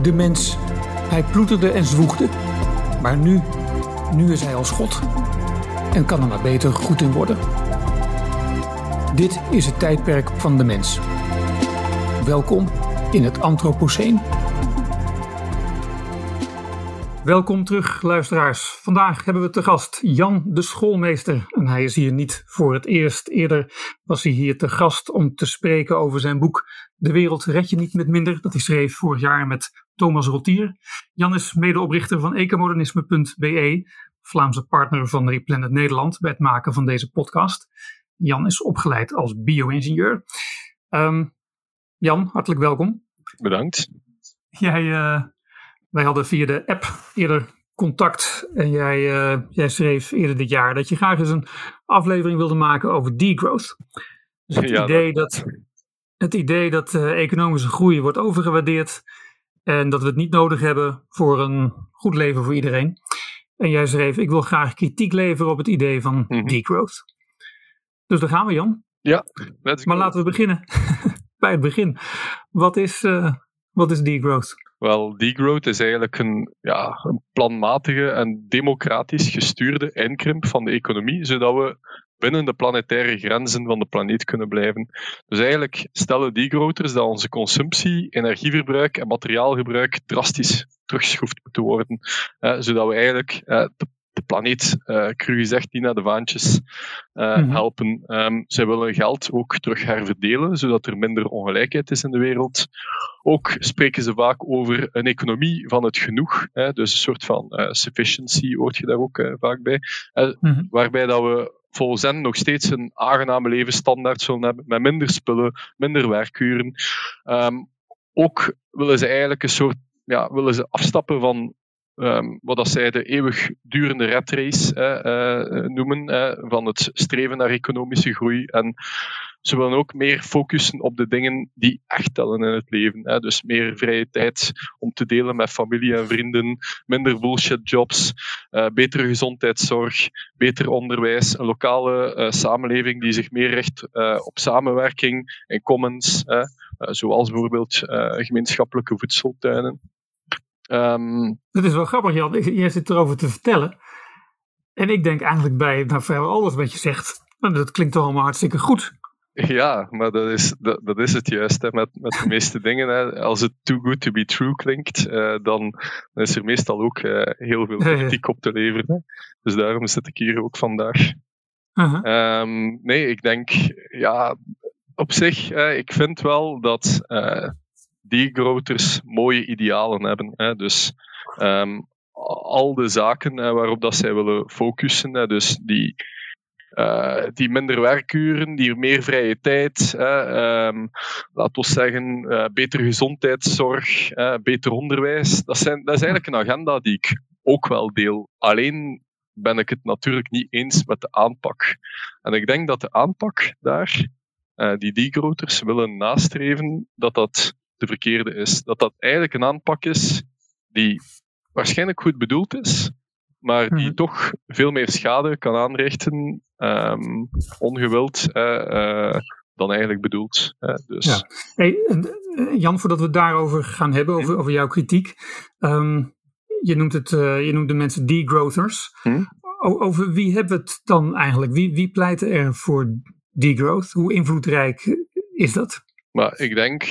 De mens, hij ploeterde en zwoegde. Maar nu is hij als God. En kan er maar beter goed in worden. Dit is het tijdperk van de mens. Welkom in het Anthropoceen. Welkom terug, luisteraars. Vandaag hebben we te gast Jan de Schoolmeester. En hij is hier niet voor het eerst. Eerder was hij hier te gast om te spreken over zijn boek De wereld red je niet met minder. Dat hij schreef vorig jaar met Thomas Rottier. Jan is medeoprichter van ecomodernisme.be, Vlaamse partner van Replanet Nederland bij het maken van deze podcast. Jan is opgeleid als bio-ingenieur. Jan, hartelijk welkom. Bedankt. Wij hadden via de app eerder contact en jij schreef eerder dit jaar dat je graag eens een aflevering wilde maken over degrowth. Dus het idee dat economische groei wordt overgewaardeerd en dat we het niet nodig hebben voor een goed leven voor iedereen. En jij schreef, ik wil graag kritiek leveren op het idee van degrowth. Dus daar gaan we, Jan. Ja, maar laten we beginnen bij het begin. Wat is degrowth? Wel, degrowth is eigenlijk een planmatige en democratisch gestuurde inkrimp van de economie, zodat we binnen de planetaire grenzen van de planeet kunnen blijven. Dus eigenlijk stellen degrowthers dat onze consumptie, energieverbruik en materiaalgebruik drastisch teruggeschroefd moeten worden, zodat we eigenlijk de planeet, cru gezegd, niet naar de vaantjes helpen. Zij willen geld ook terug herverdelen, zodat er minder ongelijkheid is in de wereld. Ook spreken ze vaak over een economie van het genoeg. Dus een soort van sufficiency hoort je daar ook vaak bij. Waarbij dat we volgens hen nog steeds een aangename levensstandaard zullen hebben, met minder spullen, minder werkuren. Ook willen ze eigenlijk willen ze afstappen van wat dat zij de eeuwigdurende rat race noemen, van het streven naar economische groei. En ze willen ook meer focussen op de dingen die echt tellen in het leven. Dus meer vrije tijd om te delen met familie en vrienden, minder bullshit jobs, betere gezondheidszorg, beter onderwijs, een lokale samenleving die zich meer richt op samenwerking en commons, zoals bijvoorbeeld gemeenschappelijke voedseltuinen. Dat is wel grappig, Jan. Jij zit erover te vertellen. En ik denk eigenlijk bij vrijwel alles wat je zegt, dat klinkt toch allemaal hartstikke goed. Ja, maar dat is het juist met de meeste dingen. Hè. Als het too good to be true klinkt, dan is er meestal ook heel veel kritiek op te leveren. Hè. Dus daarom zit ik hier ook vandaag. Nee, ik denk, op zich, ik vind wel dat degrowthers mooie idealen hebben. Hè. Dus al de zaken waarop dat zij willen focussen, dus die minder werkuren, die meer vrije tijd, laten we zeggen, betere gezondheidszorg, beter onderwijs. Dat is eigenlijk een agenda die ik ook wel deel. Alleen ben ik het natuurlijk niet eens met de aanpak. En ik denk dat de aanpak daar, die degrowthers willen nastreven, dat de verkeerde is. Dat eigenlijk een aanpak is die waarschijnlijk goed bedoeld is, maar die toch veel meer schade kan aanrichten, ongewild, dan eigenlijk bedoeld. Dus. Ja. Hey, Jan, voordat we het daarover gaan hebben, over jouw kritiek. Je noemt de mensen degrowthers. Over wie hebben we het dan eigenlijk? Wie pleit er voor degrowth? Hoe invloedrijk is dat? Maar ik denk,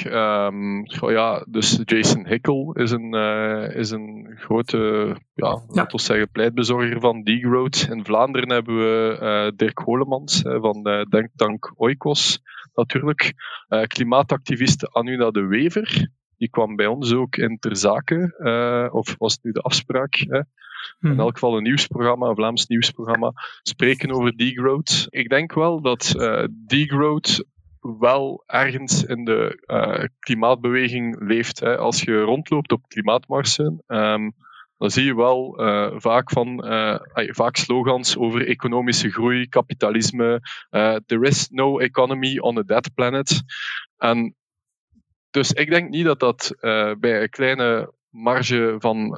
dus Jason Hickel is een grote, laten we zeggen, pleitbezorger van degrowth. In Vlaanderen hebben we Dirk Holemans van Denktank Oikos, natuurlijk. Klimaatactiviste Anuna de Wever, die kwam bij ons ook in ter zake, of was het nu de afspraak? In elk geval een nieuwsprogramma, een Vlaams nieuwsprogramma, spreken over degrowth. Ik denk wel dat degrowth wel ergens in de klimaatbeweging leeft. Hè. Als je rondloopt op klimaatmarsen, dan zie je wel vaak slogans over economische groei, kapitalisme. There is no economy on a dead planet. En dus ik denk niet dat bij een kleine marge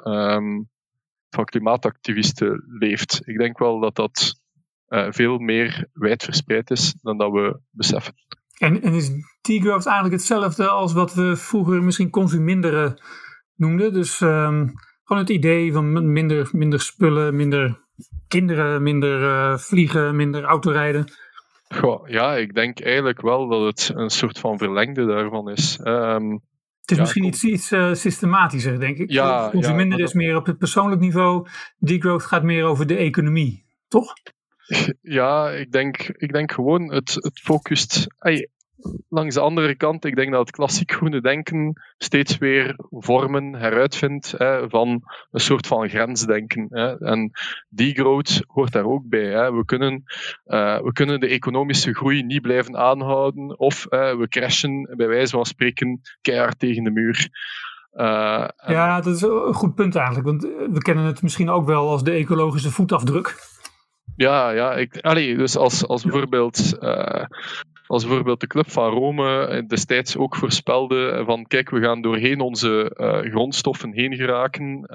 van klimaatactivisten leeft. Ik denk wel dat veel meer wijdverspreid is dan dat we beseffen. En is degrowth eigenlijk hetzelfde als wat we vroeger misschien consuminderen noemde. Dus gewoon het idee van minder spullen, minder kinderen, minder vliegen, minder autorijden. Goh, ja, ik denk eigenlijk wel dat het een soort van verlengde daarvan is. Het is misschien iets systematischer, denk ik. Ja, Minder is meer op het persoonlijk niveau. Degrowth gaat meer over de economie, toch? Ja, ik denk gewoon het focust. Langs de andere kant, ik denk dat het klassiek groene denken steeds weer vormen heruitvindt van een soort van grensdenken. En degrowth hoort daar ook bij. We kunnen de economische groei niet blijven aanhouden of we crashen bij wijze van spreken keihard tegen de muur. Ja, dat is een goed punt eigenlijk, want we kennen het misschien ook wel als de ecologische voetafdruk. Ja, dus als bijvoorbeeld de Club van Rome destijds ook voorspelde van kijk, we gaan doorheen onze grondstoffen heen geraken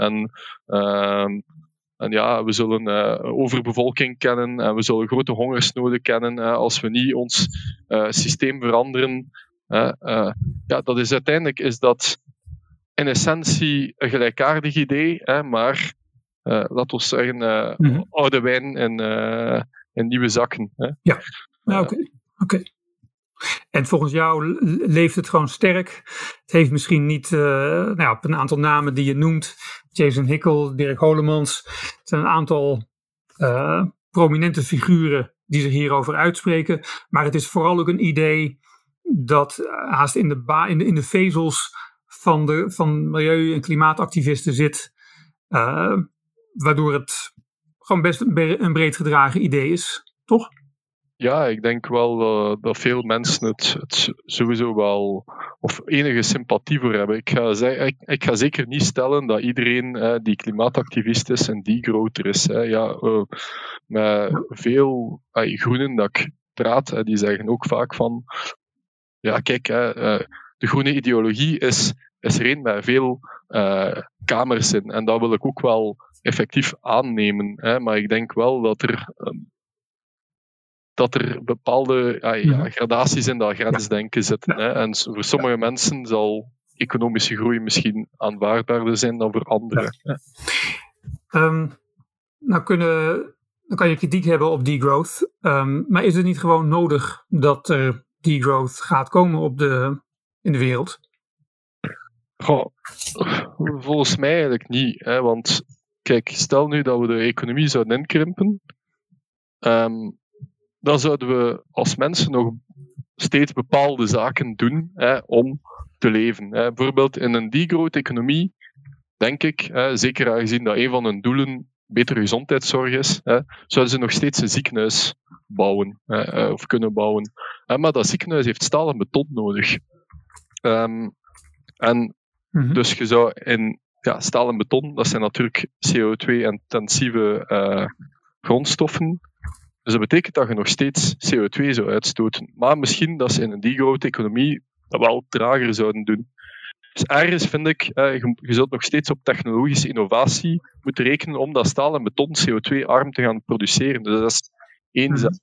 en ja, we zullen overbevolking kennen en we zullen grote hongersnoden kennen als we niet ons systeem veranderen. Dat is uiteindelijk is dat in essentie een gelijkaardig idee, maar laten we zeggen oude wijn in nieuwe zakken. Ja, oké. En volgens jou leeft het gewoon sterk. Het heeft misschien niet op een aantal namen die je noemt. Jason Hickel, Dirk Holemans. Het zijn een aantal prominente figuren die zich hierover uitspreken. Maar het is vooral ook een idee dat haast in de vezels van milieu- en klimaatactivisten zit. Waardoor het gewoon best een breed gedragen idee is, toch? Ja, ik denk wel dat veel mensen het sowieso wel, of enige sympathie voor hebben. Ik ga zeker niet stellen dat iedereen die klimaatactivist is een degrowther is. Met veel groenen dat ik praat, die zeggen ook vaak van, ja kijk, de groene ideologie is er een met veel kamers in. En dat wil ik ook wel effectief aannemen. Maar ik denk wel dat er bepaalde gradaties in dat grensdenken zitten. En voor sommige mensen zal economische groei misschien aanvaardbaarder zijn dan voor anderen. Dan kan je kritiek hebben op degrowth. Maar is het niet gewoon nodig dat er degrowth gaat komen in de wereld? Goh, volgens mij eigenlijk niet. Want kijk, stel nu dat we de economie zouden inkrimpen. Dan zouden we als mensen nog steeds bepaalde zaken doen om te leven. Bijvoorbeeld in een degrowth-economie, denk ik, zeker aangezien dat een van hun doelen betere gezondheidszorg is, zouden ze nog steeds een ziekenhuis bouwen of kunnen bouwen. Maar dat ziekenhuis heeft staal en beton nodig. Dus je zou in staal en beton, dat zijn natuurlijk CO2-intensieve grondstoffen. Dus dat betekent dat je nog steeds CO2 zou uitstoten. Maar misschien dat ze in een degrowth-economie dat wel trager zouden doen. Dus ergens vind ik, je zult nog steeds op technologische innovatie moeten rekenen om dat staal en beton CO2-arm te gaan produceren. Dus dat is één zaak.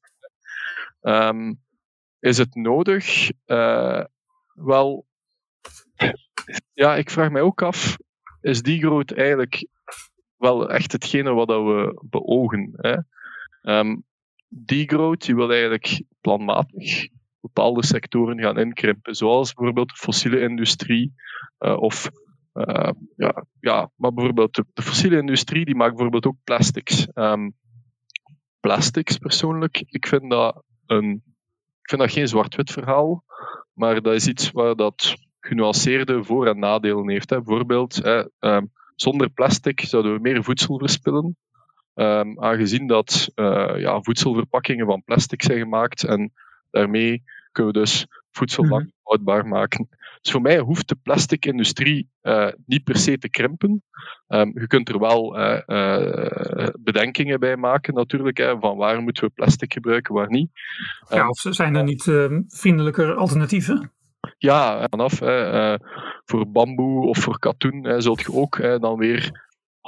Is het nodig? Wel, ja, ik vraag mij ook af, is degrowth eigenlijk wel echt hetgene wat we beogen? Degrowth, die wil eigenlijk planmatig bepaalde sectoren gaan inkrimpen, zoals bijvoorbeeld de fossiele industrie, maar bijvoorbeeld de fossiele industrie die maakt bijvoorbeeld ook plastics. Plastics persoonlijk, ik vind dat geen zwart-wit verhaal, maar dat is iets waar dat genuanceerde voor- en nadelen heeft. Bijvoorbeeld, zonder plastic zouden we meer voedsel verspillen. Aangezien dat voedselverpakkingen van plastic zijn gemaakt en daarmee kunnen we dus voedsel lang houdbaar maken. Dus voor mij hoeft de plastic-industrie niet per se te krimpen. Je kunt er wel bedenkingen bij maken natuurlijk, van waar moeten we plastic gebruiken, waar niet. Of zijn er niet vriendelijker alternatieven? Ja, vanaf voor bamboe of voor katoen zult je ook dan weer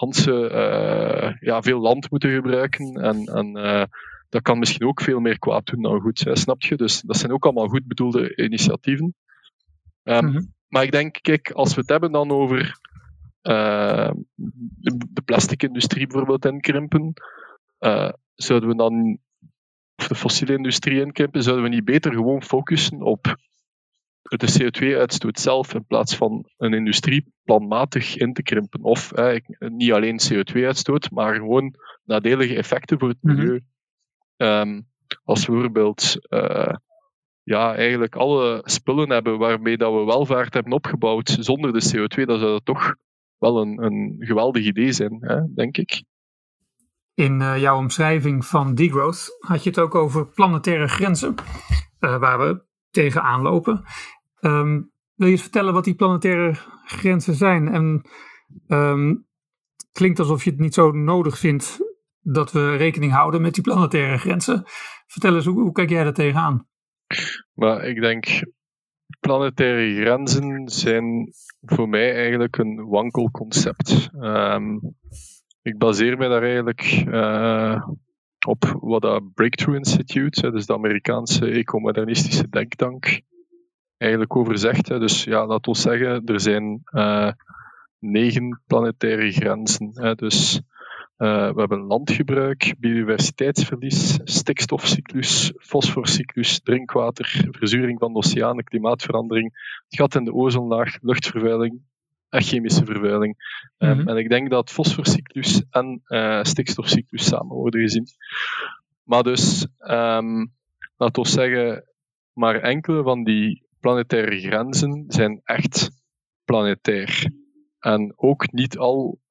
veel land moeten gebruiken en dat kan misschien ook veel meer kwaad doen dan goed, snap je? Dus dat zijn ook allemaal goed bedoelde initiatieven. Maar ik denk, kijk, als we het hebben dan over de plasticindustrie bijvoorbeeld inkrimpen, zouden we dan, of de fossiele industrie inkrimpen, zouden we niet beter gewoon focussen op de CO2-uitstoot zelf in plaats van een industrie planmatig in te krimpen? Of niet alleen CO2-uitstoot, maar gewoon nadelige effecten voor het milieu. Als we bijvoorbeeld eigenlijk alle spullen hebben waarmee dat we welvaart hebben opgebouwd zonder de CO2, dan zou dat toch wel een geweldig idee zijn, denk ik. In jouw omschrijving van degrowth had je het ook over planetaire grenzen, waar we tegenaan lopen. Wil je eens vertellen wat die planetaire grenzen zijn? En het klinkt alsof je het niet zo nodig vindt dat we rekening houden met die planetaire grenzen. Vertel eens, hoe kijk jij daar tegenaan? Maar ik denk, planetaire grenzen zijn voor mij eigenlijk een wankel concept. Ik baseer me daar eigenlijk op wat dat Breakthrough Institute, dus de Amerikaanse ecomodernistische denktank, eigenlijk over zegt. Dus ja, laten we zeggen, er zijn 9 planetaire grenzen. Dus we hebben landgebruik, biodiversiteitsverlies, stikstofcyclus, fosforcyclus, drinkwater, verzuring van de oceanen, klimaatverandering, het gat in de ozonlaag, luchtvervuiling en chemische vervuiling. En ik denk dat fosforcyclus en stikstofcyclus samen worden gezien. Maar dus, laten we zeggen, maar enkele van die planetaire grenzen zijn echt planetair. En ook niet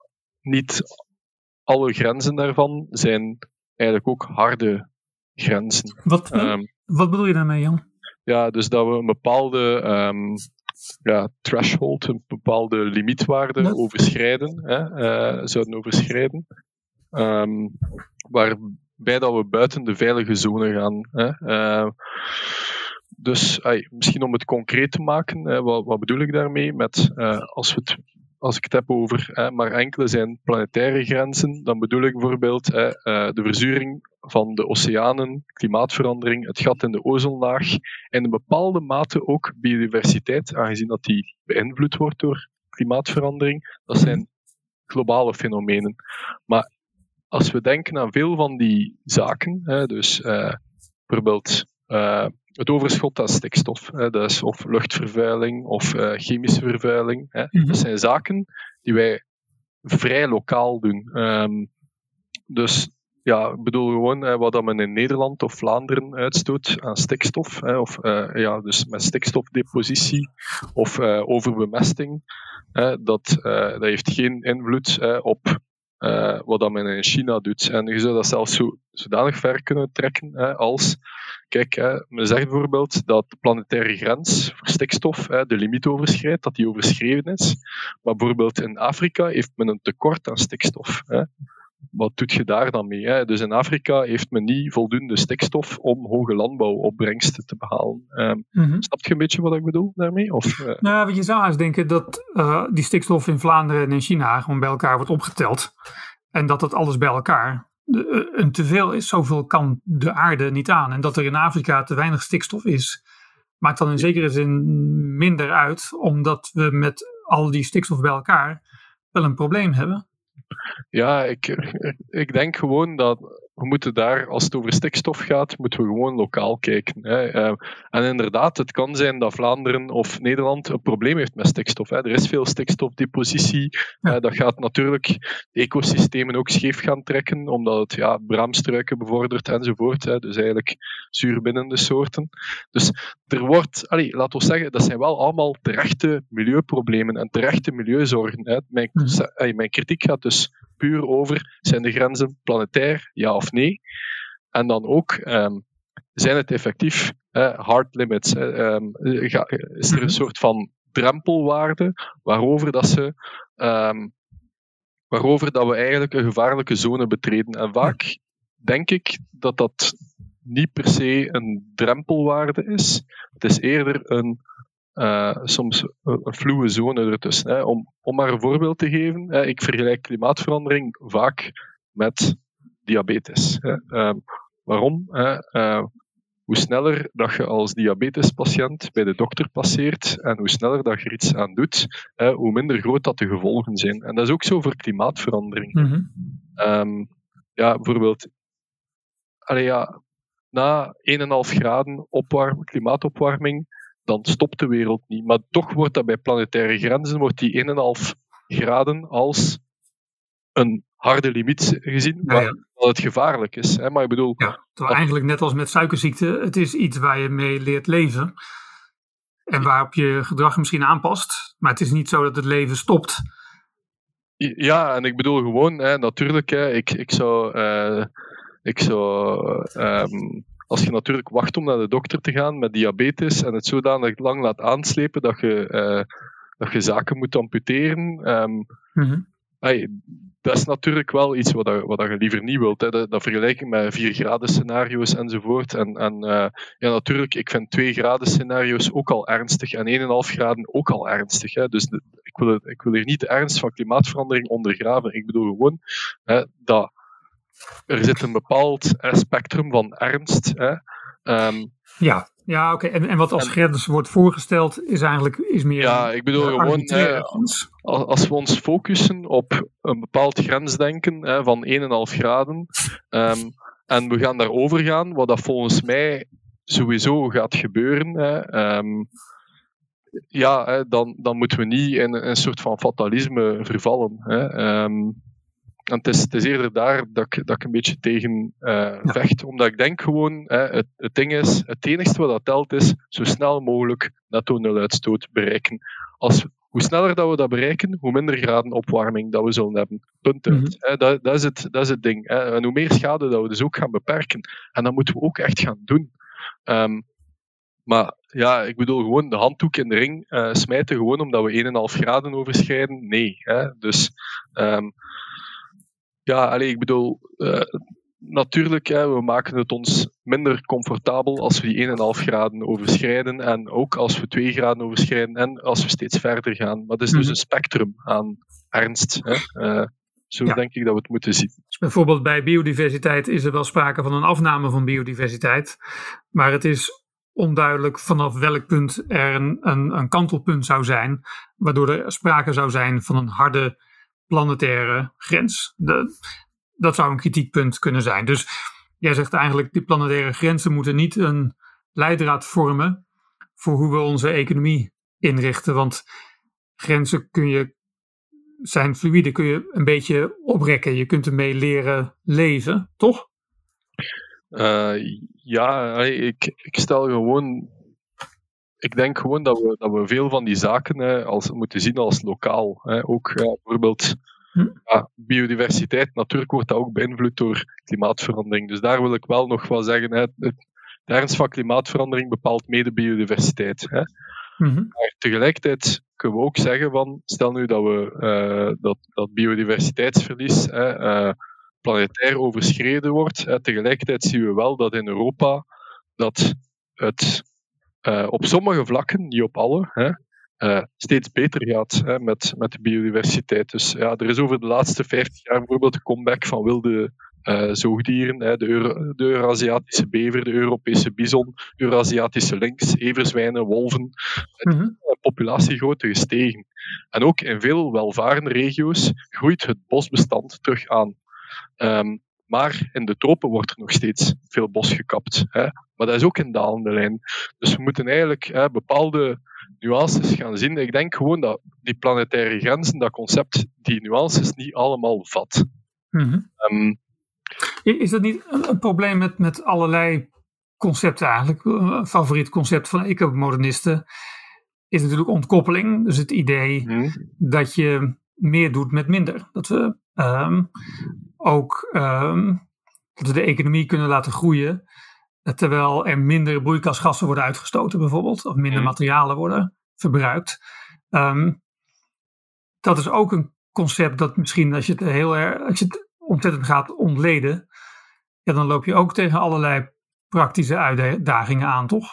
alle grenzen daarvan zijn eigenlijk ook harde grenzen. Wat bedoel je daarmee, Jan? Ja, dus dat we een bepaalde threshold, een bepaalde limietwaarde overschrijden, zouden overschrijden, waarbij dat we buiten de veilige zone gaan. Dus misschien om het concreet te maken, wat bedoel ik daarmee? Met, als ik het heb over maar enkele zijn planetaire grenzen, dan bedoel ik bijvoorbeeld de verzuring van de oceanen, klimaatverandering, het gat in de ozonlaag en in bepaalde mate ook biodiversiteit, aangezien dat die beïnvloed wordt door klimaatverandering. Dat zijn globale fenomenen. Maar als we denken aan veel van die zaken, dus bijvoorbeeld het overschot aan stikstof, of luchtvervuiling of chemische vervuiling, dat zijn zaken die wij vrij lokaal doen. Dus ja, ik bedoel gewoon wat men in Nederland of Vlaanderen uitstoot aan stikstof, dus met stikstofdepositie of overbemesting, dat heeft geen invloed op wat men in China doet. En je zou dat zelfs zodanig ver kunnen trekken als, kijk, men zegt bijvoorbeeld dat de planetaire grens voor stikstof, de limiet overschrijdt, dat die overschreven is. Maar bijvoorbeeld in Afrika heeft men een tekort aan stikstof. Wat doet je daar dan mee? Dus in Afrika heeft men niet voldoende stikstof om hoge landbouwopbrengsten te behalen. Snap je een beetje wat ik bedoel daarmee? Nou, je zou eens denken dat die stikstof in Vlaanderen en in China gewoon bij elkaar wordt opgeteld. En dat alles bij elkaar een teveel is. Zoveel kan de aarde niet aan. En dat er in Afrika te weinig stikstof is, maakt dan in zekere zin minder uit. Omdat we met al die stikstof bij elkaar wel een probleem hebben. Ja, ik denk gewoon dat we moeten daar, als het over stikstof gaat, moeten we gewoon lokaal kijken. En inderdaad, het kan zijn dat Vlaanderen of Nederland een probleem heeft met stikstof. Er is veel stikstofdepositie. Dat gaat natuurlijk de ecosystemen ook scheef gaan trekken, omdat het braamstruiken bevordert enzovoort. Dus eigenlijk zuurbindende soorten. Dus er wordt, laten we zeggen, dat zijn wel allemaal terechte milieuproblemen en terechte milieuzorgen. Mijn kritiek gaat dus puur over, zijn de grenzen planetair, ja of nee? En dan ook, zijn het effectief hard limits? Is er een soort van drempelwaarde waarover dat we eigenlijk een gevaarlijke zone betreden? En vaak denk ik dat dat niet per se een drempelwaarde is. Het is eerder soms een fluwe zone ertussen. Om maar een voorbeeld te geven, ik vergelijk klimaatverandering vaak met diabetes. Waarom? hoe sneller dat je als diabetespatiënt bij de dokter passeert en hoe sneller dat je er iets aan doet, hoe minder groot dat de gevolgen zijn. En dat is ook zo voor klimaatverandering. Bijvoorbeeld, na 1,5 graden klimaatopwarming, dan stopt de wereld niet. Maar toch wordt dat bij planetaire grenzen, wordt die 1,5 graden als een harde limiet gezien, waar het gevaarlijk is. Hè? Maar ik bedoel... Ja, eigenlijk net als met suikerziekte, het is iets waar je mee leert leven en waarop je gedrag misschien aanpast, maar het is niet zo dat het leven stopt. Ja, en ik bedoel gewoon, natuurlijk, als je natuurlijk wacht om naar de dokter te gaan met diabetes en het zodanig lang laat aanslepen dat je zaken moet amputeren, dat is natuurlijk wel iets wat je liever niet wilt. Hè. Dat vergelijk ik met 4 graden scenario's enzovoort. En natuurlijk, ik vind 2 graden scenario's ook al ernstig en 1,5 graden ook al ernstig. Hè. Dus ik wil hier niet de ernst van klimaatverandering ondergraven. Ik bedoel gewoon dat er zit een bepaald spectrum van ernst. Hè. Ja, oké. En wat als grens wordt voorgesteld is meer... Ja, ik bedoel gewoon, als we ons focussen op een bepaald grensdenken van 1,5 graden, en we gaan daarover gaan, wat dat volgens mij sowieso gaat gebeuren, dan moeten we niet in een soort van fatalisme vervallen. En het is eerder daar dat ik een beetje tegen vecht. Omdat ik denk gewoon, het ding is, het enigste wat dat telt is zo snel mogelijk netto nuluitstoot bereiken. Hoe sneller dat we dat bereiken, hoe minder graden opwarming dat we zullen hebben. Punt uit. Dat is het ding. En hoe meer schade dat we dus ook gaan beperken. En dat moeten we ook echt gaan doen. Maar ja, ik bedoel gewoon de handdoek in de ring smijten gewoon omdat we 1,5 graden overschrijden. Nee. Dus... ik bedoel, natuurlijk, we maken het ons minder comfortabel als we die 1,5 graden overschrijden en ook als we 2 graden overschrijden en als we steeds verder gaan. Maar dat is dus een spectrum aan ernst. Denk ik dat we het moeten zien. Dus bijvoorbeeld bij biodiversiteit is er wel sprake van een afname van biodiversiteit, maar het is onduidelijk vanaf welk punt er een kantelpunt zou zijn, waardoor er sprake zou zijn van een harde planetaire grens. Dat zou een kritiekpunt kunnen zijn. Dus jij zegt eigenlijk, die planetaire grenzen moeten niet een leidraad vormen voor hoe we onze economie inrichten. Want grenzen zijn fluïde, kun je een beetje oprekken. Je kunt ermee leren leven, toch? Ik stel gewoon... Ik denk gewoon dat we veel van die zaken moeten zien als lokaal. Ook bijvoorbeeld biodiversiteit, natuurlijk wordt dat ook beïnvloed door klimaatverandering. Dus daar wil ik wel nog wel zeggen, de ernst van klimaatverandering bepaalt mede biodiversiteit. Maar tegelijkertijd kunnen we ook zeggen van, stel nu dat we dat biodiversiteitsverlies planetair overschreden wordt. Tegelijkertijd zien we wel dat in Europa dat het op sommige vlakken, niet op alle, steeds beter gaat met de biodiversiteit. Dus er is over de laatste 50 jaar bijvoorbeeld de comeback van wilde zoogdieren, de Eurasiatische bever, de Europese bison, Eurasiatische lynx, everzwijnen, wolven. De populatiegrootte gestegen. En ook in veel welvarende regio's groeit het bosbestand terug aan. Maar in de tropen wordt er nog steeds veel bos gekapt. Maar dat is ook een dalende lijn. Dus we moeten eigenlijk bepaalde nuances gaan zien. Ik denk gewoon dat die planetaire grenzen, dat concept, die nuances niet allemaal vat. Is dat niet een probleem met allerlei concepten eigenlijk? Een favoriet concept van ecomodernisten is natuurlijk ontkoppeling. Dus het idee dat je meer doet met minder. Dat we dat we de economie kunnen laten groeien, terwijl er minder broeikasgassen worden uitgestoten bijvoorbeeld, of minder materialen worden verbruikt. Dat is ook een concept dat misschien als je het ontzettend gaat ontleden, dan loop je ook tegen allerlei praktische uitdagingen aan, toch?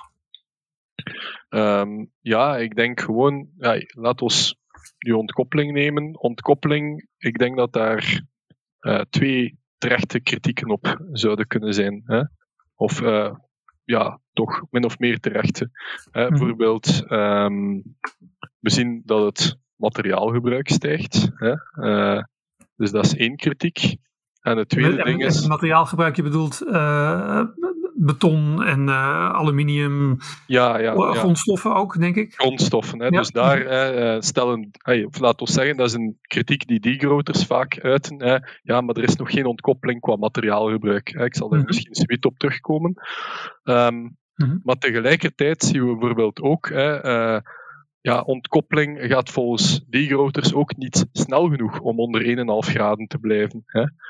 Ik denk gewoon, laat ons die ontkoppeling nemen. Ontkoppeling, ik denk dat daar 2 terechte kritieken op zouden kunnen zijn. Of toch min of meer terecht. Bijvoorbeeld, we zien dat het materiaalgebruik stijgt. Dus dat is één kritiek. En het tweede ding is... Het materiaalgebruik, je bedoelt beton en aluminium, grondstoffen ook, denk ik? Grondstoffen, dus daar laten we zeggen, dat is een kritiek die degrowthers vaak uiten. Maar er is nog geen ontkoppeling qua materiaalgebruik. Ik zal daar misschien zoiets op terugkomen. Maar tegelijkertijd zien we bijvoorbeeld ook... ontkoppeling gaat volgens degrowthers ook niet snel genoeg om onder 1,5 graden te blijven.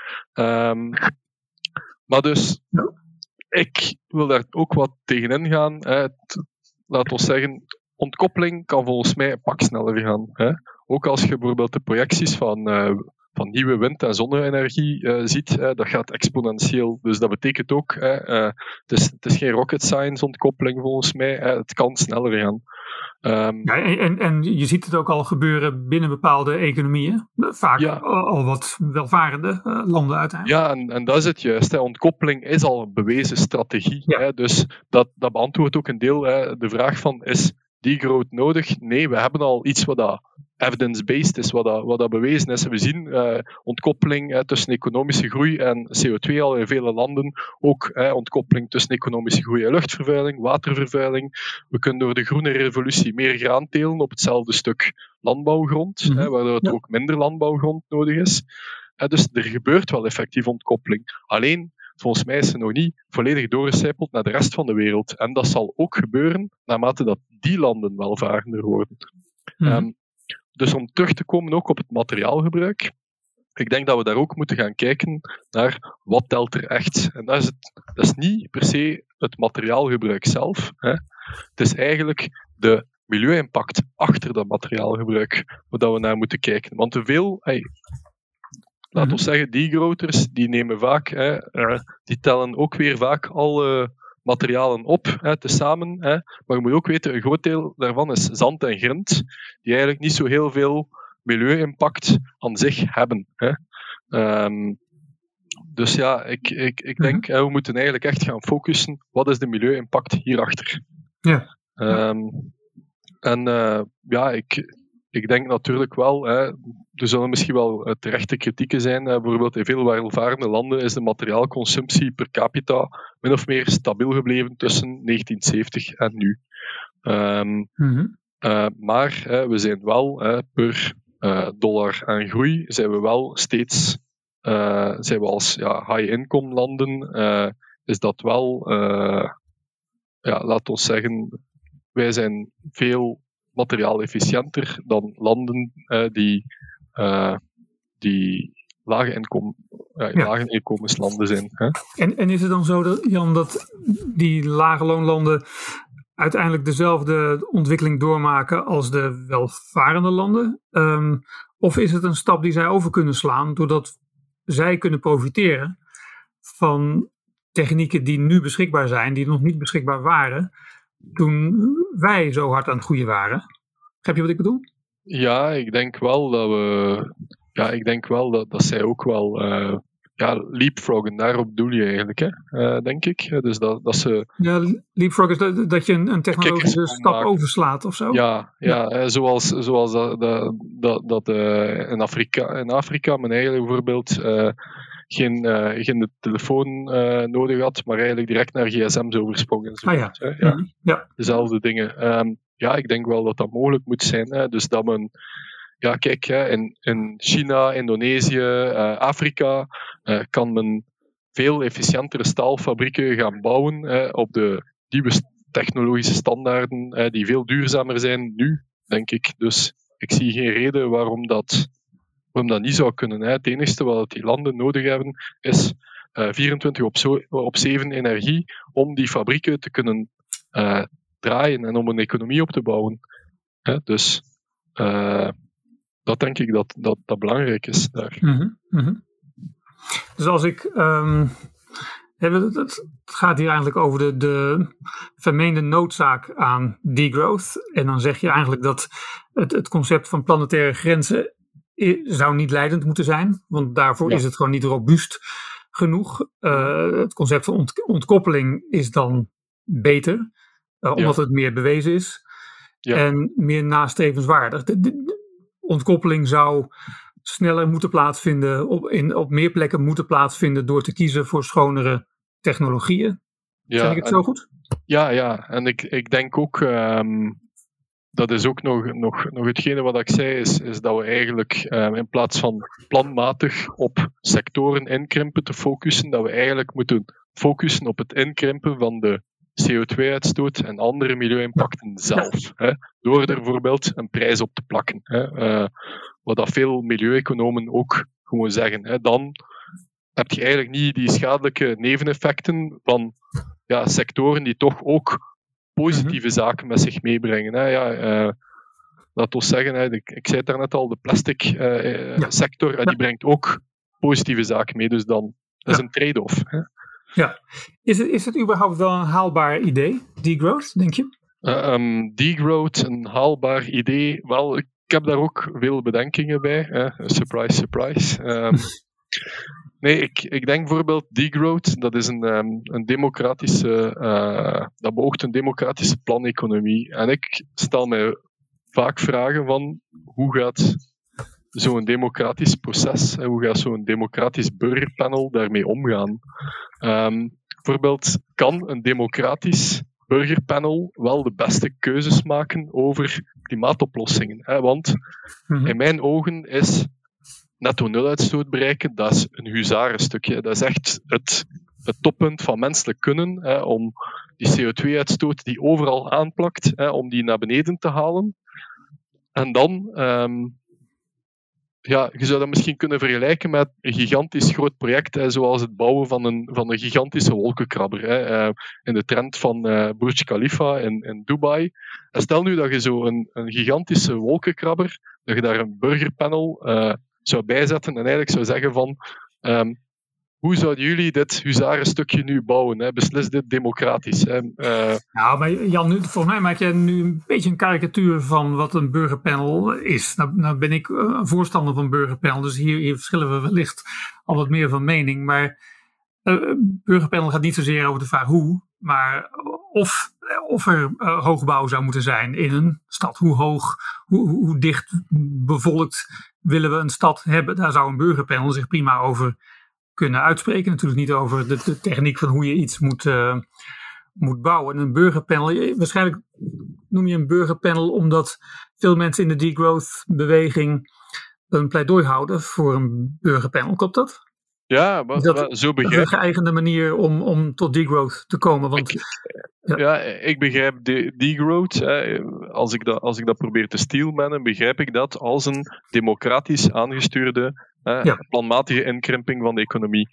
Maar dus, ik wil daar ook wat tegenin gaan. Laten we zeggen, ontkoppeling kan volgens mij een pak sneller gaan. Ook als je bijvoorbeeld de projecties van nieuwe wind- en zonne-energie ziet, dat gaat exponentieel. Dus dat betekent ook, het is geen rocket science ontkoppeling volgens mij, het kan sneller gaan. En je ziet het ook al gebeuren binnen bepaalde economieën. Vaak al wat welvarende landen uiteindelijk. Ja, en dat is het juist. Ontkoppeling is al een bewezen strategie. Ja. Dus dat beantwoordt ook een deel de vraag van, is degrowth nodig? Nee, we hebben al iets wat dat evidence-based is, wat dat bewezen is. We zien ontkoppeling tussen economische groei en CO2 al in vele landen. Ook ontkoppeling tussen economische groei en luchtvervuiling, watervervuiling. We kunnen door de groene revolutie meer graan telen op hetzelfde stuk landbouwgrond, waardoor er ook minder landbouwgrond nodig is. Dus er gebeurt wel effectief ontkoppeling. Alleen, volgens mij is ze nog niet volledig doorgecijpeld naar de rest van de wereld. En dat zal ook gebeuren naarmate dat die landen welvarender worden. Dus om terug te komen ook op het materiaalgebruik, ik denk dat we daar ook moeten gaan kijken naar wat telt er echt. En dat is niet per se het materiaalgebruik zelf. Het is eigenlijk de milieu-impact achter dat materiaalgebruik waar we naar moeten kijken. Want te veel... Laten we zeggen, degrowthers, die nemen vaak, die tellen ook weer vaak alle materialen op, tezamen. Maar je moet ook weten, een groot deel daarvan is zand en grind, die eigenlijk niet zo heel veel milieu-impact aan zich hebben. Dus ik denk, we moeten eigenlijk echt gaan focussen, wat is de milieu-impact hierachter? Ja. Ik denk natuurlijk wel, er zullen misschien wel terechte kritieken zijn. Bijvoorbeeld in veel welvarende landen is de materiaalconsumptie per capita min of meer stabiel gebleven tussen 1970 en nu. Maar we zijn wel per dollar aan groei, zijn we wel steeds, zijn we als high-income landen, is dat wel, laten we zeggen, wij zijn veel materiaal-efficiënter dan landen die lage inkomenslanden zijn. En is het dan zo, Jan, dat die lage loonlanden uiteindelijk dezelfde ontwikkeling doormaken als de welvarende landen? Of is het een stap die zij over kunnen slaan, doordat zij kunnen profiteren van technieken die nu beschikbaar zijn, die nog niet beschikbaar waren toen wij zo hard aan het groeien waren? Begrijp je wat ik bedoel? Ja, ik denk wel dat zij ook wel leapfroggen, daarop doel je eigenlijk, denk ik. Dus dat ze... Ja, leapfrog is dat je een technologische stap overslaat of zo? Ja. Zoals dat in Afrika men eigenlijk bijvoorbeeld geen telefoon nodig had, maar eigenlijk direct naar gsm's oversprong. Dezelfde dingen. Ik denk wel dat dat mogelijk moet zijn. Dus dat men... Ja, kijk, in China, Indonesië, Afrika kan men veel efficiëntere staalfabrieken gaan bouwen op de nieuwe technologische standaarden die veel duurzamer zijn nu, denk ik. Dus ik zie geen reden waarom dat niet zou kunnen. Het enige wat die landen nodig hebben is 24/7 energie om die fabrieken te kunnen draaien en om een economie op te bouwen. Dus dat denk ik dat belangrijk is daar. Dus als ik... het gaat hier eigenlijk over de vermeende noodzaak aan degrowth. En dan zeg je eigenlijk dat het concept van planetaire grenzen zou niet leidend moeten zijn. Want daarvoor is het gewoon niet robuust genoeg. Het concept van ontkoppeling is dan beter, omdat het meer bewezen is en meer nastrevenswaardig. De ontkoppeling zou sneller moeten plaatsvinden, op meer plekken moeten plaatsvinden door te kiezen voor schonere technologieën. Zeg ik het zo goed? Ja. En ik denk ook, dat is ook nog hetgene wat ik zei, is dat we eigenlijk in plaats van planmatig op sectoren inkrimpen te focussen, dat we eigenlijk moeten focussen op het inkrimpen van de CO2-uitstoot en andere milieu-impacten zelf. Hè, door er bijvoorbeeld een prijs op te plakken. Wat dat veel milieueconomen ook gewoon zeggen. Hè. Dan heb je eigenlijk niet die schadelijke neveneffecten van sectoren die toch ook positieve zaken met zich meebrengen. Hè. Laat ons zeggen, hè, ik zei het daarnet al, de plastic sector, die brengt ook positieve zaken mee. Dus dan dat is een trade-off. Hè. Ja. Is het überhaupt wel een haalbaar idee, degrowth, denk je? Degrowth, een haalbaar idee. Wel, ik heb daar ook veel bedenkingen bij. Surprise, surprise. Nee, ik denk bijvoorbeeld degrowth, dat is een democratische, dat beoogt een democratische planeconomie. En ik stel mij vaak vragen van, hoe gaat zo'n democratisch proces, hoe gaat zo'n democratisch burgerpanel daarmee omgaan? Bijvoorbeeld, kan een democratisch burgerpanel wel de beste keuzes maken over klimaatoplossingen? Hè? Want in mijn ogen is netto nuluitstoot bereiken, dat is een huzarenstukje. Dat is echt het toppunt van menselijk kunnen, om die CO2-uitstoot die overal aanplakt, om die naar beneden te halen. En dan, je zou dat misschien kunnen vergelijken met een gigantisch groot project, zoals het bouwen van een gigantische wolkenkrabber. In de trend van Burj Khalifa in Dubai. En stel nu dat je zo een gigantische wolkenkrabber, dat je daar een burgerpanel zou bijzetten en eigenlijk zou zeggen van, hoe zouden jullie dit huzarenstukje nu bouwen? Hè? Beslis dit democratisch. Hè? Nou, maar Jan, volgens mij maak jij nu een beetje een karikatuur van wat een burgerpanel is. Nou ben ik een voorstander van burgerpanel, dus hier verschillen we wellicht al wat meer van mening. Maar burgerpanel gaat niet zozeer over de vraag hoe, maar of er hoogbouw zou moeten zijn in een stad. Hoe hoog, hoe dicht bevolkt willen we een stad hebben? Daar zou een burgerpanel zich prima over kunnen uitspreken. Natuurlijk niet over de techniek van hoe je iets moet bouwen. En een burgerpanel, waarschijnlijk noem je een burgerpanel omdat veel mensen in de degrowth-beweging een pleidooi houden voor een burgerpanel. Klopt dat? Ja, zo begrijp ik. Een geëigende manier om tot degrowth te komen. Want, ik begrijp degrowth. Als ik dat probeer te steelmannen, begrijp ik dat als een democratisch aangestuurde, planmatige inkrimping van de economie.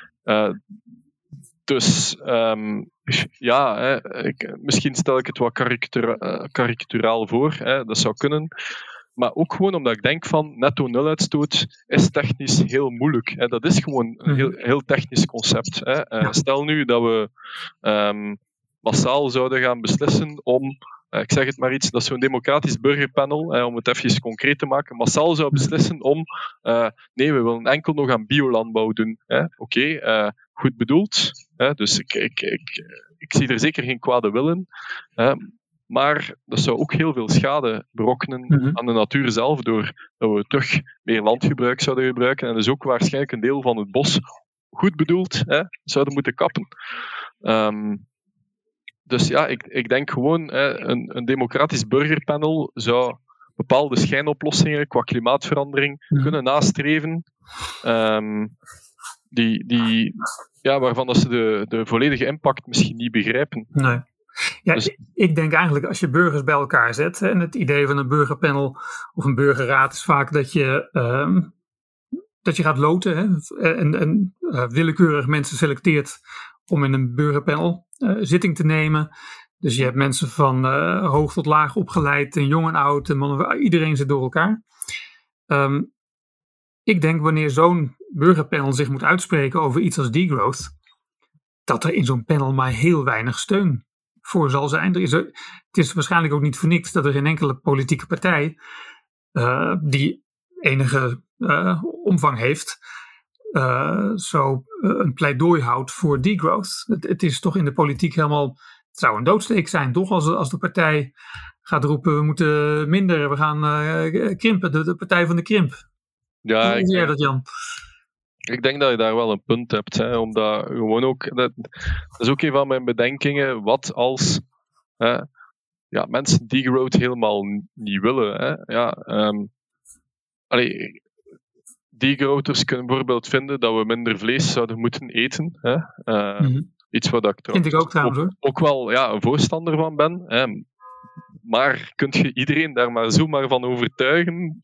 Misschien stel ik het wat karikaturaal voor. Dat zou kunnen. Maar ook gewoon omdat ik denk van netto nuluitstoot is technisch heel moeilijk. Dat is gewoon een heel technisch concept. Stel nu dat we massaal zouden gaan beslissen om, ik zeg het maar iets, dat zo'n democratisch burgerpanel, om het even concreet te maken, massaal zou beslissen om, nee, we willen enkel nog aan biolandbouw doen. Oké, goed bedoeld. Dus ik zie er zeker geen kwade wil in. Maar dat zou ook heel veel schade berokkenen aan de natuur zelf, doordat we terug meer landgebruik zouden gebruiken en dus ook waarschijnlijk een deel van het bos, goed bedoeld, zouden moeten kappen. Dus ja, ik denk gewoon, een democratisch burgerpanel zou bepaalde schijnoplossingen qua klimaatverandering kunnen nastreven, waarvan dat ze de volledige impact misschien niet begrijpen. Nee. Ja, dus ik denk eigenlijk als je burgers bij elkaar zet, en het idee van een burgerpanel of een burgerraad is vaak dat je gaat loten en willekeurig mensen selecteert om in een burgerpanel zitting te nemen. Dus je hebt mensen van hoog tot laag opgeleid en jong en oud, en iedereen zit door elkaar. Ik denk wanneer zo'n burgerpanel zich moet uitspreken over iets als degrowth, dat er in zo'n panel maar heel weinig steun voor zal zijn. Het is waarschijnlijk ook niet voor niks dat er geen enkele politieke partij die enige omvang heeft, zo een pleidooi houdt voor degrowth. Het is toch in de politiek helemaal Het zou een doodsteek zijn, toch? Als de partij gaat roepen, we moeten minder, we gaan krimpen, de partij van de krimp. Ja, Hoe zie jij dat, Jan? Ik denk dat je daar wel een punt hebt. Hè, omdat gewoon ook, dat is ook een van mijn bedenkingen. Wat als mensen degrowth helemaal niet willen? Hè? Ja, degrowthers kunnen bijvoorbeeld vinden dat we minder vlees zouden moeten eten. Hè? Iets wat ik Vind ik ook trouwens, ook wel een voorstander van ben. Hè? Maar kun je iedereen daar maar zomaar van overtuigen?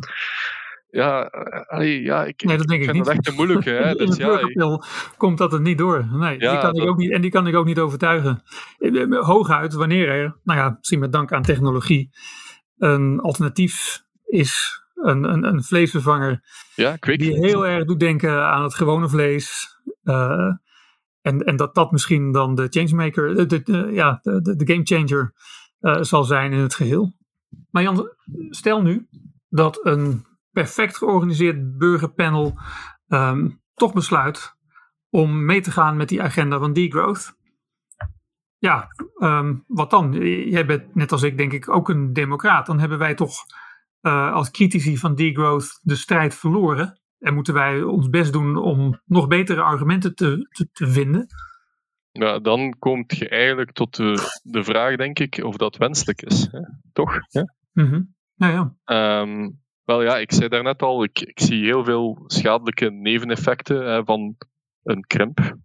Nee, dat denk ik niet. Dat is echt een moeilijke. Hè? In het burgerpil komt dat er niet door. Nee, die kan ik ook niet, en die kan ik ook niet overtuigen. Hooguit wanneer er, misschien met dank aan technologie, een alternatief is, een vleesvervanger, die heel erg doet denken aan het gewone vlees. En dat misschien dan de changemaker, de gamechanger zal zijn in het geheel. Maar Jan, stel nu dat een perfect georganiseerd burgerpanel toch besluit om mee te gaan met die agenda van degrowth. Ja, wat dan? Jij bent net als ik denk ik ook een democraat. Dan hebben wij toch als critici van degrowth de strijd verloren. En moeten wij ons best doen om nog betere argumenten te vinden. Ja, dan kom je eigenlijk tot de vraag, denk ik, of dat wenselijk is. Hè? Toch? Ja? Mm-hmm. Ja. Ik zei daarnet al, ik zie heel veel schadelijke neveneffecten van een krimp.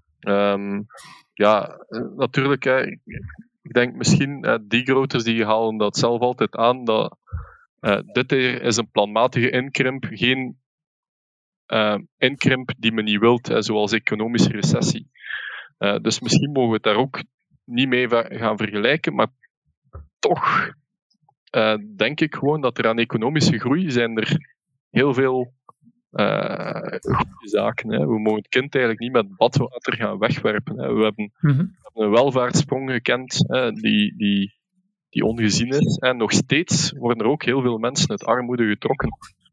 Natuurlijk, ik denk misschien, degrowthers die halen dat zelf altijd aan, dat dit is een planmatige inkrimp, geen inkrimp die men niet wilt, zoals economische recessie. Dus misschien mogen we het daar ook niet mee gaan vergelijken, maar toch denk ik gewoon dat er aan economische groei zijn er heel veel goede zaken. Hè. We mogen het kind eigenlijk niet met badwater gaan wegwerpen. Hè. We hebben een welvaartssprong gekend die ongezien is. En nog steeds worden er ook heel veel mensen uit armoede getrokken.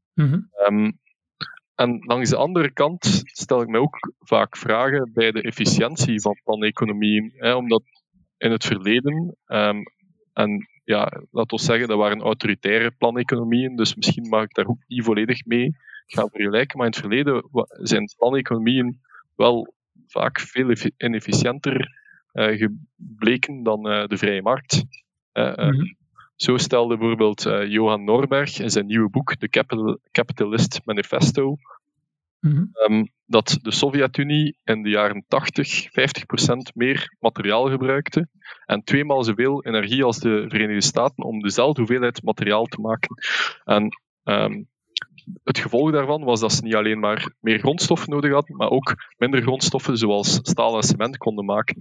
En langs de andere kant stel ik me ook vaak vragen bij de efficiëntie van planeconomieën. Omdat in het verleden, laten we zeggen, dat waren autoritaire planeconomieën, dus misschien mag ik daar ook niet volledig mee gaan vergelijken, maar in het verleden zijn planeconomieën wel vaak veel inefficiënter gebleken dan de vrije markt. Zo stelde bijvoorbeeld Johan Norberg in zijn nieuwe boek, The Capitalist Manifesto, dat de Sovjet-Unie in de jaren 80 50% meer materiaal gebruikte en 2 maal zoveel energie als de Verenigde Staten om dezelfde hoeveelheid materiaal te maken. En het gevolg daarvan was dat ze niet alleen maar meer grondstoffen nodig hadden, maar ook minder grondstoffen zoals staal en cement konden maken.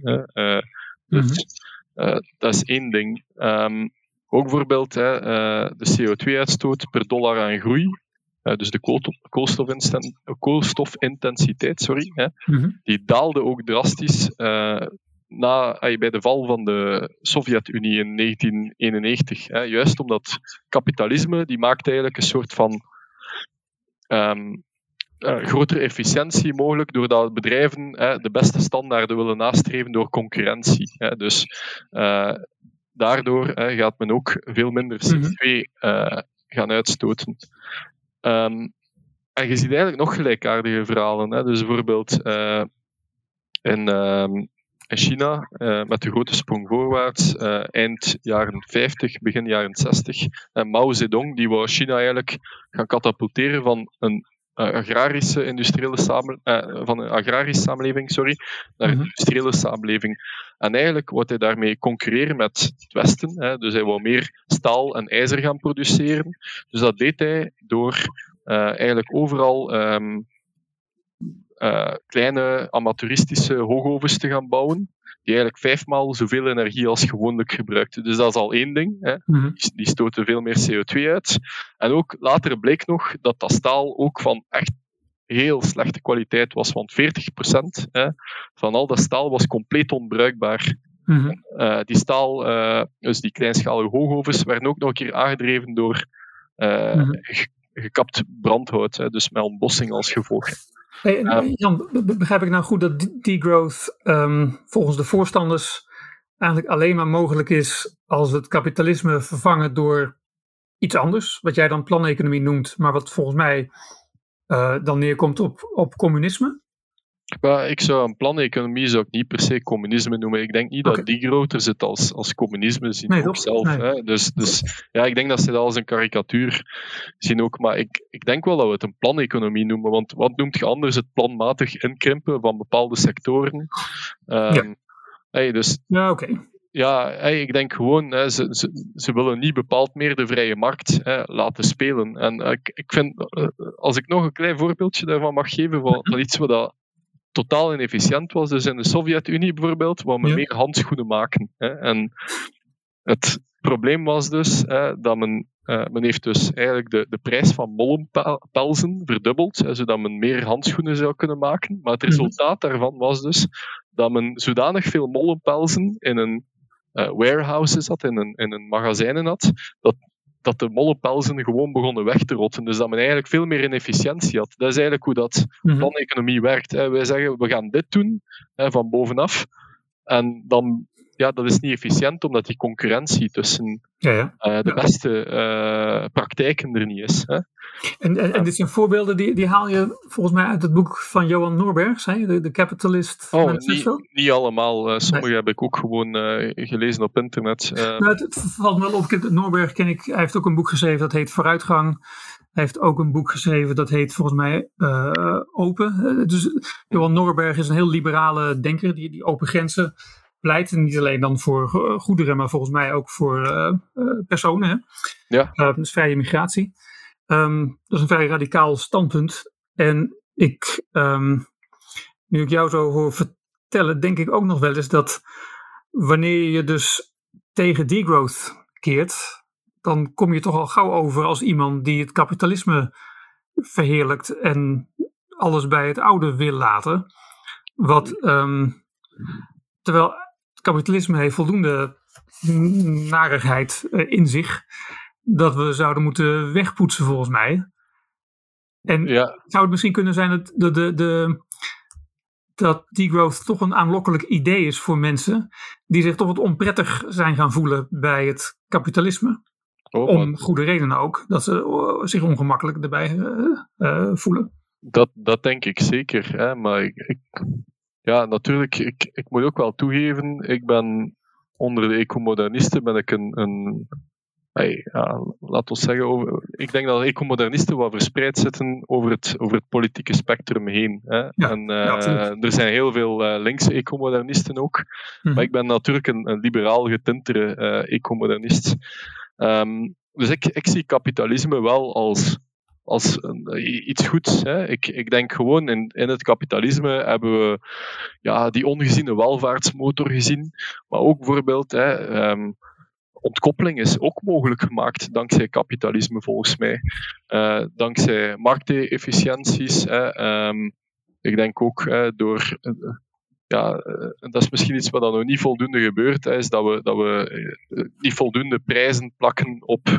Dat is één ding. Ook bijvoorbeeld de CO2-uitstoot per dollar aan groei, dus de koolstofintensiteit, die daalde ook drastisch bij de val van de Sovjet-Unie in 1991. Juist omdat kapitalisme, die maakt eigenlijk een soort van grotere efficiëntie mogelijk, doordat bedrijven de beste standaarden willen nastreven door concurrentie. Dus daardoor gaat men ook veel minder CO2 gaan uitstoten. En je ziet eigenlijk nog gelijkaardige verhalen. Dus bijvoorbeeld in China, met de grote sprong voorwaarts, eind jaren 50, begin jaren 60. Mao Zedong, die wou China eigenlijk gaan katapulteren van een agrarische samenleving naar een industriële samenleving. En eigenlijk wou hij daarmee concurreren met het Westen. Dus hij wou meer staal en ijzer gaan produceren. Dus dat deed hij door eigenlijk overal kleine amateuristische hoogovens te gaan bouwen, die eigenlijk 5 maal zoveel energie als gewoonlijk gebruikten. Dus dat is al één ding. Die stoten veel meer CO2 uit. En ook later bleek nog dat staal ook van echt heel slechte kwaliteit was, want 40% van al dat staal was compleet onbruikbaar. Die staal, dus die kleinschalige hoogovens, werden ook nog een keer aangedreven door gekapt brandhout, dus met ontbossing als gevolg. Jan, begrijp ik nou goed dat degrowth volgens de voorstanders eigenlijk alleen maar mogelijk is als het kapitalisme vervangen door iets anders, wat jij dan planeconomie noemt, maar wat volgens mij dan neerkomt op communisme? Maar ik zou een planeconomie zou ik niet per se communisme noemen. Ik denk niet dat die groter zit als communisme zien Nee, ook toch? zelf. Nee. Hè? Dus ja, ik denk dat ze dat als een karikatuur zien ook. Maar ik denk wel dat we het een planeconomie noemen. Want wat noemt je anders het planmatig inkrimpen van bepaalde sectoren? Dus Ja, oké. ja, ik denk gewoon, ze willen niet bepaald meer de vrije markt laten spelen. En ik vind, als ik nog een klein voorbeeldje daarvan mag geven, van iets wat dat totaal inefficiënt was, dus in de Sovjet-Unie bijvoorbeeld, waar men meer handschoenen maken. En het probleem was dus dat men heeft dus eigenlijk de prijs van mollenpelzen verdubbeld, zodat men meer handschoenen zou kunnen maken. Maar het resultaat daarvan was dus dat men zodanig veel mollenpelzen in een warehouses had, in een magazijnen had, dat de mollenpelzen gewoon begonnen weg te rotten. Dus dat men eigenlijk veel meer inefficiëntie had. Dat is eigenlijk hoe dat planeconomie werkt. Wij zeggen, we gaan dit doen, van bovenaf. En dan, ja, dat is niet efficiënt, omdat die concurrentie tussen de beste praktijken er niet is. Hè. En dit zijn voorbeelden, die haal je volgens mij uit het boek van Johan Norberg, zei je, de Capitalist Manifesto? Niet allemaal. Sommige heb ik ook gewoon gelezen op internet. Het valt me wel op. Norberg ken ik. Hij heeft ook een boek geschreven dat heet Vooruitgang. Hij heeft ook een boek geschreven dat heet volgens mij Open. Dus Johan Norberg is een heel liberale denker die open grenzen pleit. En niet alleen dan voor goederen, maar volgens mij ook voor personen. Hè? Ja. Dus vrije migratie. Dat is een vrij radicaal standpunt. En nu ik jou zo hoor vertellen, denk ik ook nog wel eens dat wanneer je dus tegen degrowth keert, dan kom je toch al gauw over als iemand die het kapitalisme verheerlijkt en alles bij het oude wil laten. Terwijl het kapitalisme heeft voldoende narigheid in zich, dat we zouden moeten wegpoetsen volgens mij. En zou het misschien kunnen zijn dat degrowth toch een aanlokkelijk idee is voor mensen die zich toch wat onprettig zijn gaan voelen bij het kapitalisme. Om goede redenen ook, dat ze zich ongemakkelijk erbij voelen. Dat denk ik zeker. Hè? Maar natuurlijk, ik moet ook wel toegeven, ik ben onder de ecomodernisten ben ik laten we zeggen, ik denk dat ecomodernisten wat verspreid zitten over het politieke spectrum heen. Hè? Er zijn heel veel linkse ecomodernisten ook, maar ik ben natuurlijk een liberaal getintere ecomodernist. Dus ik zie kapitalisme wel als iets goeds. Hè. Ik denk gewoon, in het kapitalisme hebben we die ongeziene welvaartsmotor gezien, maar ook bijvoorbeeld ontkoppeling is ook mogelijk gemaakt dankzij kapitalisme volgens mij. Dankzij marktefficiënties. Ik denk ook door... dat is misschien iets wat dan nog niet voldoende gebeurt, is dat we niet voldoende prijzen plakken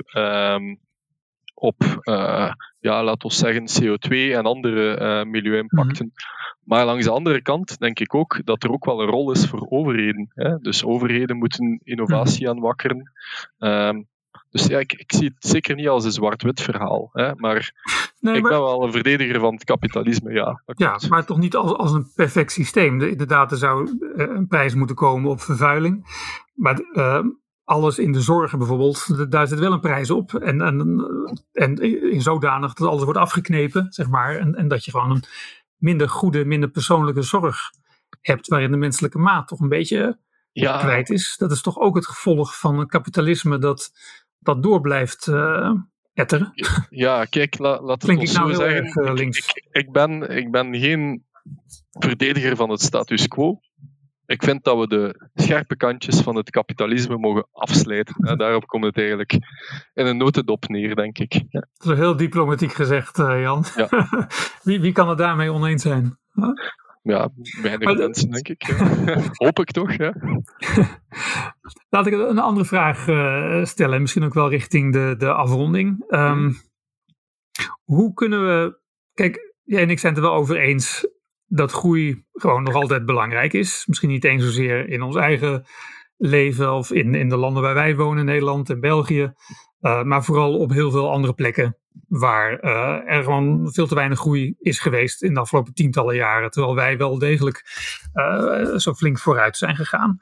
op laten we zeggen CO2 en andere milieu-impacten. Maar langs de andere kant denk ik ook dat er ook wel een rol is voor overheden. Hè? Dus overheden moeten innovatie aanwakkeren. Dus ik zie het zeker niet als een zwart-wit verhaal. Hè? Maar ik ben wel een verdediger van het kapitalisme. Ja, maar toch niet als een perfect systeem. Inderdaad, er zou een prijs moeten komen op vervuiling. Maar alles in de zorg bijvoorbeeld, daar zit wel een prijs op. En in zodanig dat alles wordt afgeknepen, zeg maar. En dat je gewoon een minder goede, minder persoonlijke zorg hebt, waarin de menselijke maat toch een beetje kwijt is. Dat is toch ook het gevolg van een kapitalisme dat door blijft etteren. Ja, kijk, laat het ons zo zeggen. Ik ben geen verdediger van het status quo. Ik vind dat we de scherpe kantjes van het kapitalisme mogen afslijten. Daarop komt het eigenlijk in een notendop neer, denk ik. Ja. Dat is heel diplomatiek gezegd, Jan. Ja. Wie kan het daarmee oneens zijn? Ja, weinig mensen, denk ik. Ja. Hoop ik toch, ja. Laat ik een andere vraag stellen. Misschien ook wel richting de afronding. Hoe kunnen we... Kijk, jij en ik zijn het er wel over eens dat groei gewoon nog altijd belangrijk is. Misschien niet eens zozeer in ons eigen leven of in de landen waar wij wonen, Nederland en België. Maar vooral op heel veel andere plekken waar er gewoon veel te weinig groei is geweest in de afgelopen tientallen jaren. Terwijl wij wel degelijk zo flink vooruit zijn gegaan.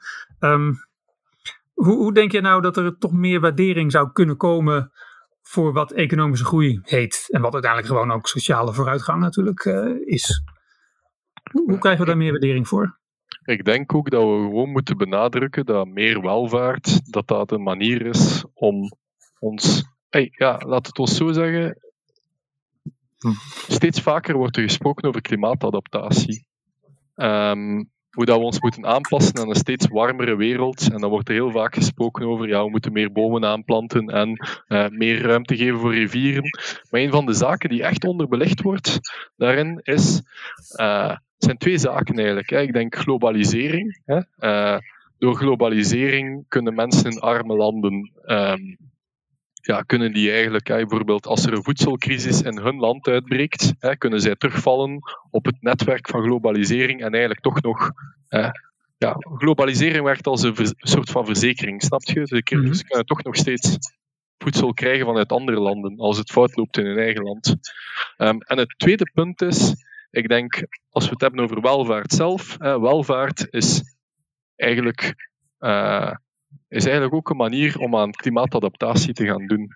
Hoe denk je nou dat er toch meer waardering zou kunnen komen voor wat economische groei heet? En wat uiteindelijk gewoon ook sociale vooruitgang natuurlijk is. Hoe krijgen we daar meer waardering voor? Ik denk ook dat we gewoon moeten benadrukken dat meer welvaart, dat een manier is om ons... laat het ons zo zeggen. Steeds vaker wordt er gesproken over klimaatadaptatie. Hoe dat we ons moeten aanpassen aan een steeds warmere wereld. En dan wordt er heel vaak gesproken over, we moeten meer bomen aanplanten en meer ruimte geven voor rivieren. Maar een van de zaken die echt onderbelicht wordt daarin zijn twee zaken eigenlijk. Ik denk globalisering. Door globalisering kunnen mensen in arme landen... kunnen die eigenlijk, bijvoorbeeld als er een voedselcrisis in hun land uitbreekt, kunnen zij terugvallen op het netwerk van globalisering en eigenlijk toch nog... globalisering werkt als een soort van verzekering, snap je? Dus ze kunnen toch nog steeds voedsel krijgen vanuit andere landen, als het fout loopt in hun eigen land. En het tweede punt is, ik denk, als we het hebben over welvaart zelf, welvaart is eigenlijk ook een manier om aan klimaatadaptatie te gaan doen.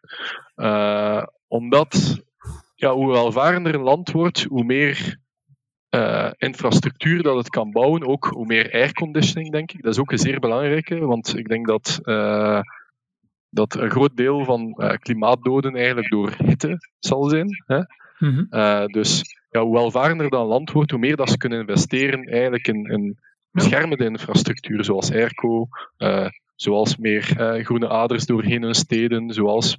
Omdat hoe welvarender een land wordt, hoe meer infrastructuur dat het kan bouwen, ook hoe meer airconditioning, denk ik. Dat is ook een zeer belangrijke, want ik denk dat een groot deel van klimaatdoden eigenlijk door hitte zal zijn. Dus hoe welvarender dat een land wordt, hoe meer dat ze kunnen investeren eigenlijk in beschermende infrastructuur, zoals airco, zoals meer groene aders doorheen hun steden, zoals...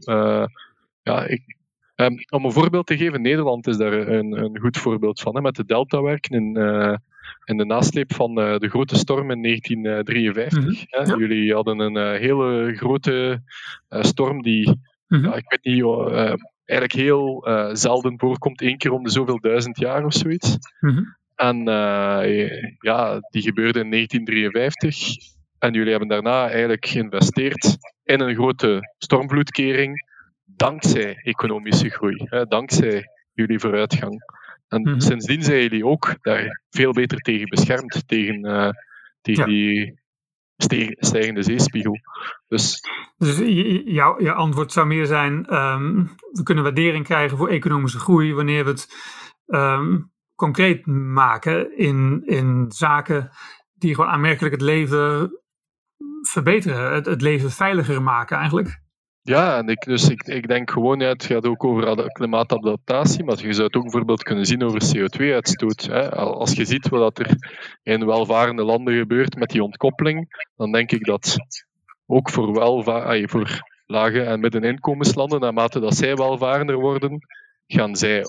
om een voorbeeld te geven, Nederland is daar een goed voorbeeld van, met de deltawerken in de nasleep van de grote storm in 1953. Jullie hadden een hele grote storm die, ik weet niet, eigenlijk heel zelden voorkomt, 1 keer om de zoveel 1000 jaar of zoiets. En die gebeurde in 1953. En jullie hebben daarna eigenlijk geïnvesteerd in een grote stormvloedkering, dankzij economische groei, dankzij jullie vooruitgang. En sindsdien zijn jullie ook daar veel beter tegen beschermd, tegen die stijgende zeespiegel. Dus jouw antwoord zou meer zijn, we kunnen waardering krijgen voor economische groei wanneer we het concreet maken in zaken die gewoon aanmerkelijk het leven verbeteren, het leven veiliger maken eigenlijk. Ja, en ik denk gewoon, het gaat ook over klimaatadaptatie, maar je zou het ook bijvoorbeeld kunnen zien over CO2-uitstoot. Als je ziet wat er in welvarende landen gebeurt met die ontkoppeling, dan denk ik dat ook voor lage en middeninkomenslanden, naarmate dat zij welvarender worden, gaan zij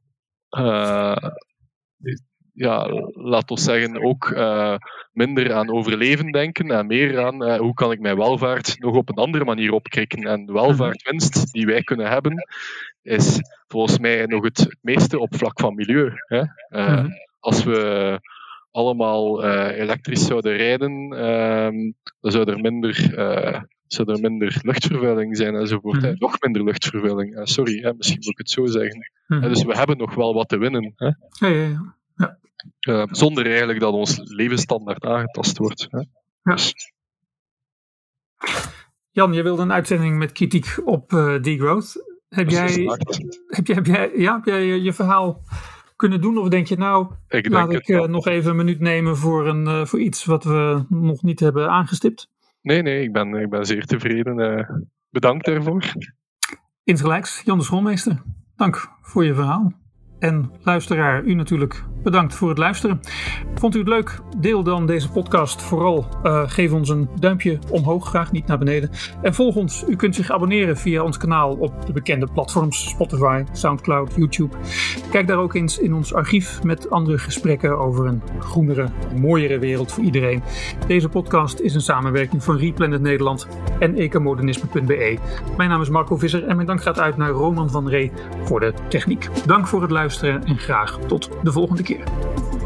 laat ons zeggen, ook minder aan overleven denken en meer aan hoe kan ik mijn welvaart nog op een andere manier opkrikken. En de welvaartwinst die wij kunnen hebben, is volgens mij nog het meeste op vlak van milieu. Als we allemaal elektrisch zouden rijden, dan zou er minder luchtvervuiling zijn enzovoort. Nog minder luchtvervuiling. Misschien moet ik het zo zeggen. Dus we hebben nog wel wat te winnen. Zonder eigenlijk dat ons levensstandaard aangetast wordt. Dus. Jan, je wilde een uitzending met kritiek op degrowth. Heb jij je verhaal kunnen doen? Of denk je laat ik nog even een minuut nemen voor iets wat we nog niet hebben aangestipt? Nee, ik ben zeer tevreden. Bedankt daarvoor. Insgelijks, Jan de Schoolmeester. Dank voor je verhaal. En luisteraar, u natuurlijk bedankt voor het luisteren. Vond u het leuk? Deel dan deze podcast vooral. Geef ons een duimpje omhoog, graag niet naar beneden. En volg ons. U kunt zich abonneren via ons kanaal op de bekende platforms Spotify, Soundcloud, YouTube. Kijk daar ook eens in ons archief met andere gesprekken over een groenere, mooiere wereld voor iedereen. Deze podcast is een samenwerking van Replanet Nederland en ecomodernisme.be. Mijn naam is Marco Visser en mijn dank gaat uit naar Roman van Ree voor de techniek. Dank voor het luisteren en graag tot de volgende keer.